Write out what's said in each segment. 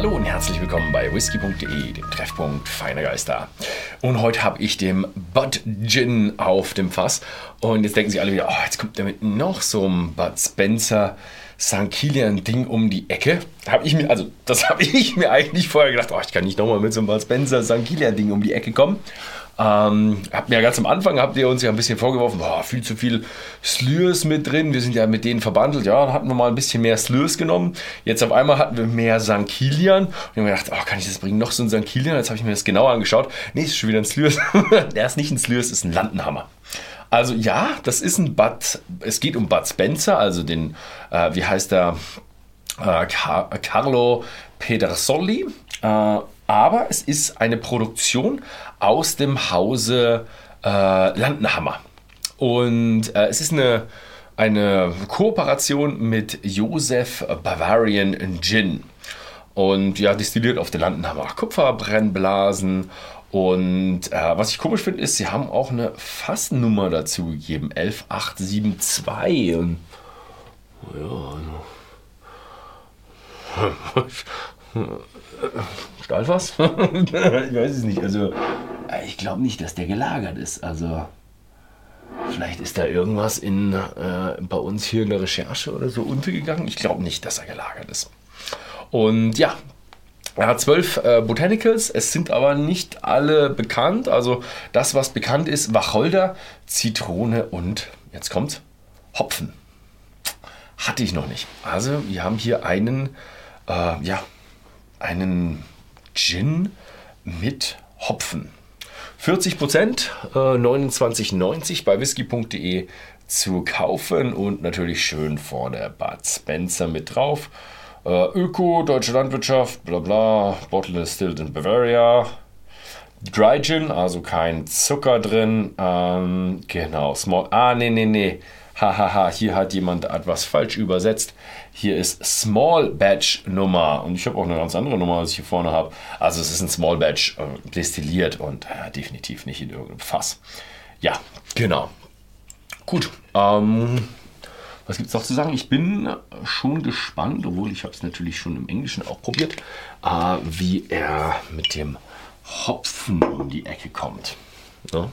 Hallo und herzlich willkommen bei whisky.de, dem Treffpunkt feiner Geister. Und heute habe ich den Bud Gin auf dem Fass. Und jetzt denken sich alle wieder, jetzt kommt der mit noch so einem Bud Spencer St. Kilian Ding um die Ecke. Das habe ich mir eigentlich vorher gedacht, ich kann nicht nochmal mit so einem Bud Spencer St. Kilian Ding um die Ecke kommen. Habt ihr ja ganz am Anfang, habt ihr uns ja ein bisschen vorgeworfen, viel zu viel Slurs mit drin, wir sind ja mit denen verbandelt, dann hatten wir mal ein bisschen mehr Slurs genommen, jetzt auf einmal hatten wir mehr St. Kilian und ich habe mir gedacht, kann ich das bringen, noch so ein St. Kilian, jetzt habe ich mir das genauer angeschaut, ist schon wieder ein Slurs, der ist nicht ein Slurs, ist ein Landenhammer. Also ja, das ist ein Bud, es geht um Bud Spencer, also den, wie heißt der, Carlo Pedersoli, aber es ist eine Produktion aus dem Hause Landenhammer. Und es ist eine Kooperation mit Josef Bavarian Gin. Und ja, destilliert auf der Landenhammer Kupferbrennblasen. Und was ich komisch finde, ist, sie haben auch eine Fassnummer dazu gegeben. 11872. Und Stahlfass? Ich weiß es nicht. Also, ich glaube nicht, dass der gelagert ist. Also, vielleicht ist da irgendwas bei uns hier in der Recherche oder so untergegangen. Ich glaube nicht, dass er gelagert ist. Und ja, er hat 12 Botanicals. Es sind aber nicht alle bekannt. Also, das, was bekannt ist, Wacholder, Zitrone und, jetzt kommt's, Hopfen. Hatte ich noch nicht. Also, wir haben hier einen Gin mit Hopfen. 40%, 29,90 bei whisky.de zu kaufen und natürlich schön vorne Bud Spencer mit drauf. Öko, deutsche Landwirtschaft, bla bla, Bottle distilled in Bavaria. Dry Gin, also kein Zucker drin. Genau, small. Nee. Hahaha, hier hat jemand etwas falsch übersetzt. Hier ist Small Batch Nummer. Und ich habe auch eine ganz andere Nummer, als ich hier vorne habe. Also es ist ein Small Batch destilliert und definitiv nicht in irgendeinem Fass. Ja, genau. Gut. Was gibt es noch zu sagen? Ich bin schon gespannt, obwohl ich habe es natürlich schon im Englischen auch probiert, wie er mit dem Hopfen um die Ecke kommt. Ja.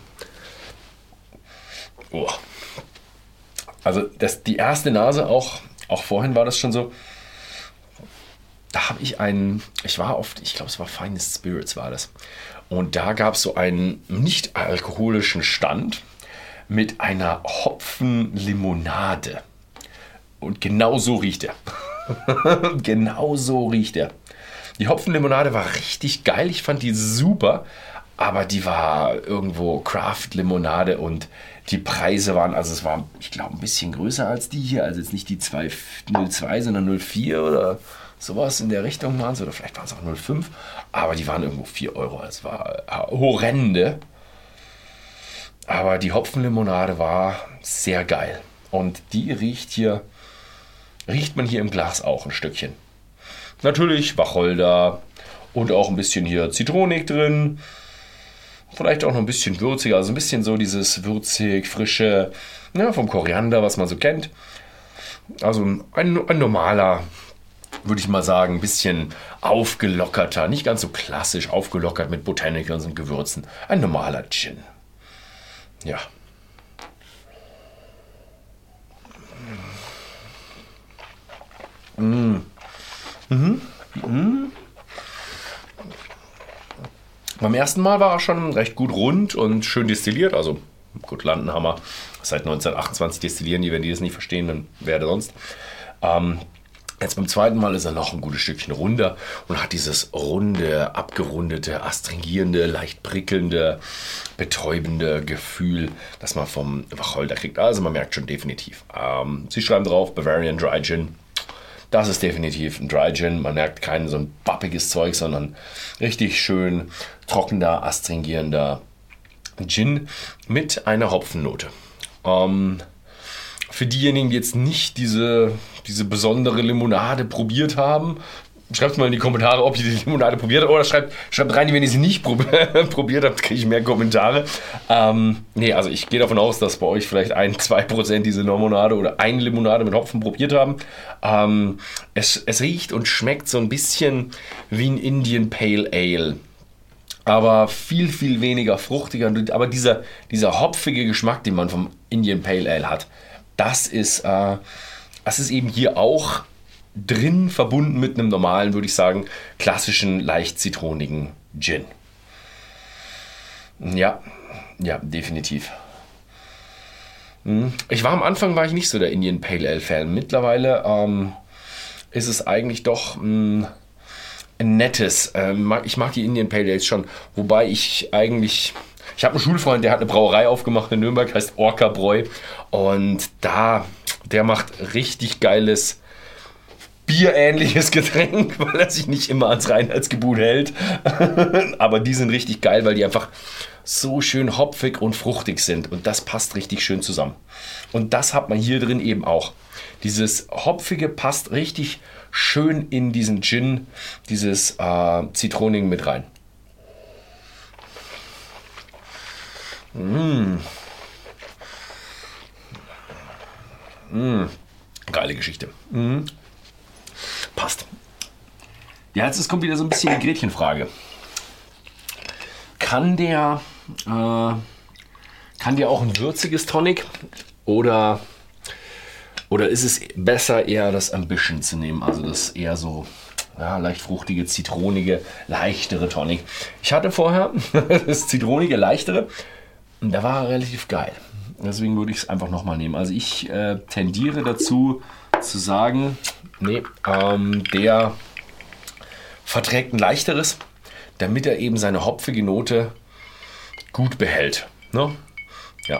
Also die erste Nase, auch vorhin war das schon so, da habe ich ich glaube es war Finest Spirits war das. Und da gab es so einen nicht alkoholischen Stand mit einer Hopfenlimonade. Und genau so riecht er. Genau so riecht er. Die Hopfenlimonade war richtig geil, ich fand die super. Aber die war irgendwo Craft-Limonade und die Preise waren, also es war, ich glaube, ein bisschen größer als die hier. Also jetzt nicht die 2,02, sondern 0,4 oder sowas in der Richtung waren es. Oder vielleicht waren es auch 0,5. Aber die waren irgendwo 4 Euro. Es war horrende. Aber die Hopfenlimonade war sehr geil. Und die riecht man hier im Glas auch ein Stückchen. Natürlich Wacholder und auch ein bisschen hier Zitronik drin. Vielleicht auch noch ein bisschen würziger, also ein bisschen so dieses würzig, frische, vom Koriander, was man so kennt. Also ein normaler, würde ich mal sagen, ein bisschen aufgelockerter, nicht ganz so klassisch aufgelockert mit Botanicals und Gewürzen. Ein normaler Gin. Ja. Beim ersten Mal war er schon recht gut rund und schön destilliert. Also gut, Landenhammer. Seit 1928 destillieren die, wenn die das nicht verstehen, dann wer sonst. Jetzt beim zweiten Mal ist er noch ein gutes Stückchen runder und hat dieses runde, abgerundete, astringierende, leicht prickelnde, betäubende Gefühl, das man vom Wacholder kriegt. Also man merkt schon definitiv. Sie schreiben drauf, Bavarian Dry Gin. Das ist definitiv ein Dry Gin. Man merkt kein so ein pappiges Zeug, sondern richtig schön trockener, astringierender Gin mit einer Hopfennote. Für diejenigen, die jetzt nicht diese besondere Limonade probiert haben, Schreibt mal in die Kommentare, ob ihr die Limonade probiert habt. Oder schreibt rein, wenn ihr sie nicht probiert habt, kriege ich mehr Kommentare. Nee, also ich gehe davon aus, dass bei euch vielleicht 1-2% diese Limonade oder eine Limonade mit Hopfen probiert haben. Es riecht und schmeckt so ein bisschen wie ein Indian Pale Ale. Aber viel, viel weniger fruchtiger. Aber dieser hopfige Geschmack, den man vom Indian Pale Ale hat, das ist eben hier auch drin, verbunden mit einem normalen, würde ich sagen, klassischen, leicht zitronigen Gin. Ja, definitiv. Am Anfang war ich nicht so der Indian Pale Ale Fan. Mittlerweile ist es eigentlich doch ein nettes. Ich mag die Indian Pale Ales schon, wobei ich habe einen Schulfreund, der hat eine Brauerei aufgemacht in Nürnberg, heißt Orca Bräu, und der macht richtig geiles bierähnliches Getränk, weil er sich nicht immer ans Reinheitsgebot hält. Aber die sind richtig geil, weil die einfach so schön hopfig und fruchtig sind. Und das passt richtig schön zusammen. Und das hat man hier drin eben auch. Dieses Hopfige passt richtig schön in diesen Gin, dieses Zitronigen mit rein. Geile Geschichte. Passt. Ja, jetzt kommt wieder so ein bisschen die Gretchenfrage. Kann der auch ein würziges Tonic oder ist es besser eher das Ambition zu nehmen, also das eher so leicht fruchtige, zitronige, leichtere Tonic. Ich hatte vorher das zitronige, leichtere und da war er relativ geil. Deswegen würde ich es einfach nochmal nehmen. Also ich tendiere dazu zu sagen, nee, der verträgt ein leichteres, damit er eben seine hopfige Note gut behält. Ne? Ja.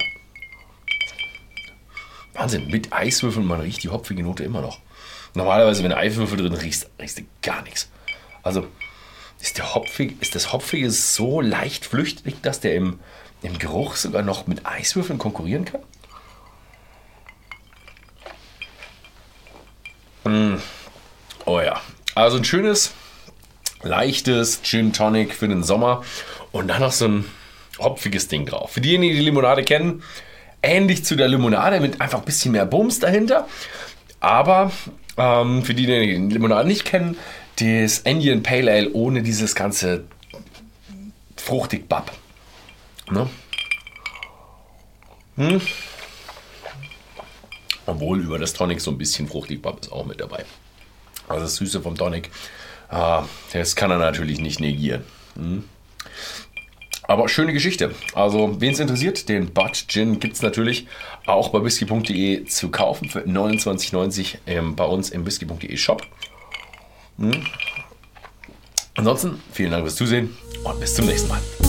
Wahnsinn, mit Eiswürfeln, man riecht die hopfige Note immer noch. Normalerweise, wenn Eiswürfel drin riechst du gar nichts. Also ist das Hopfige so leicht flüchtig, dass der im Geruch sogar noch mit Eiswürfeln konkurrieren kann? Oh ja, also ein schönes, leichtes Gin Tonic für den Sommer und dann noch so ein hopfiges Ding drauf. Für diejenigen, die Limonade kennen, ähnlich zu der Limonade mit einfach ein bisschen mehr Bums dahinter. Aber für diejenigen, die Limonade nicht kennen, das Indian Pale Ale ohne dieses ganze fruchtig Bab. Ne? Obwohl über das Tonic so ein bisschen fruchtig Bab ist auch mit dabei. Also das Süße vom Tonic, das kann er natürlich nicht negieren. Aber schöne Geschichte. Also, wen es interessiert, den Bud Gin gibt es natürlich auch bei whisky.de zu kaufen für 29,90 bei uns im whisky.de Shop. Ansonsten, vielen Dank fürs Zusehen und bis zum nächsten Mal.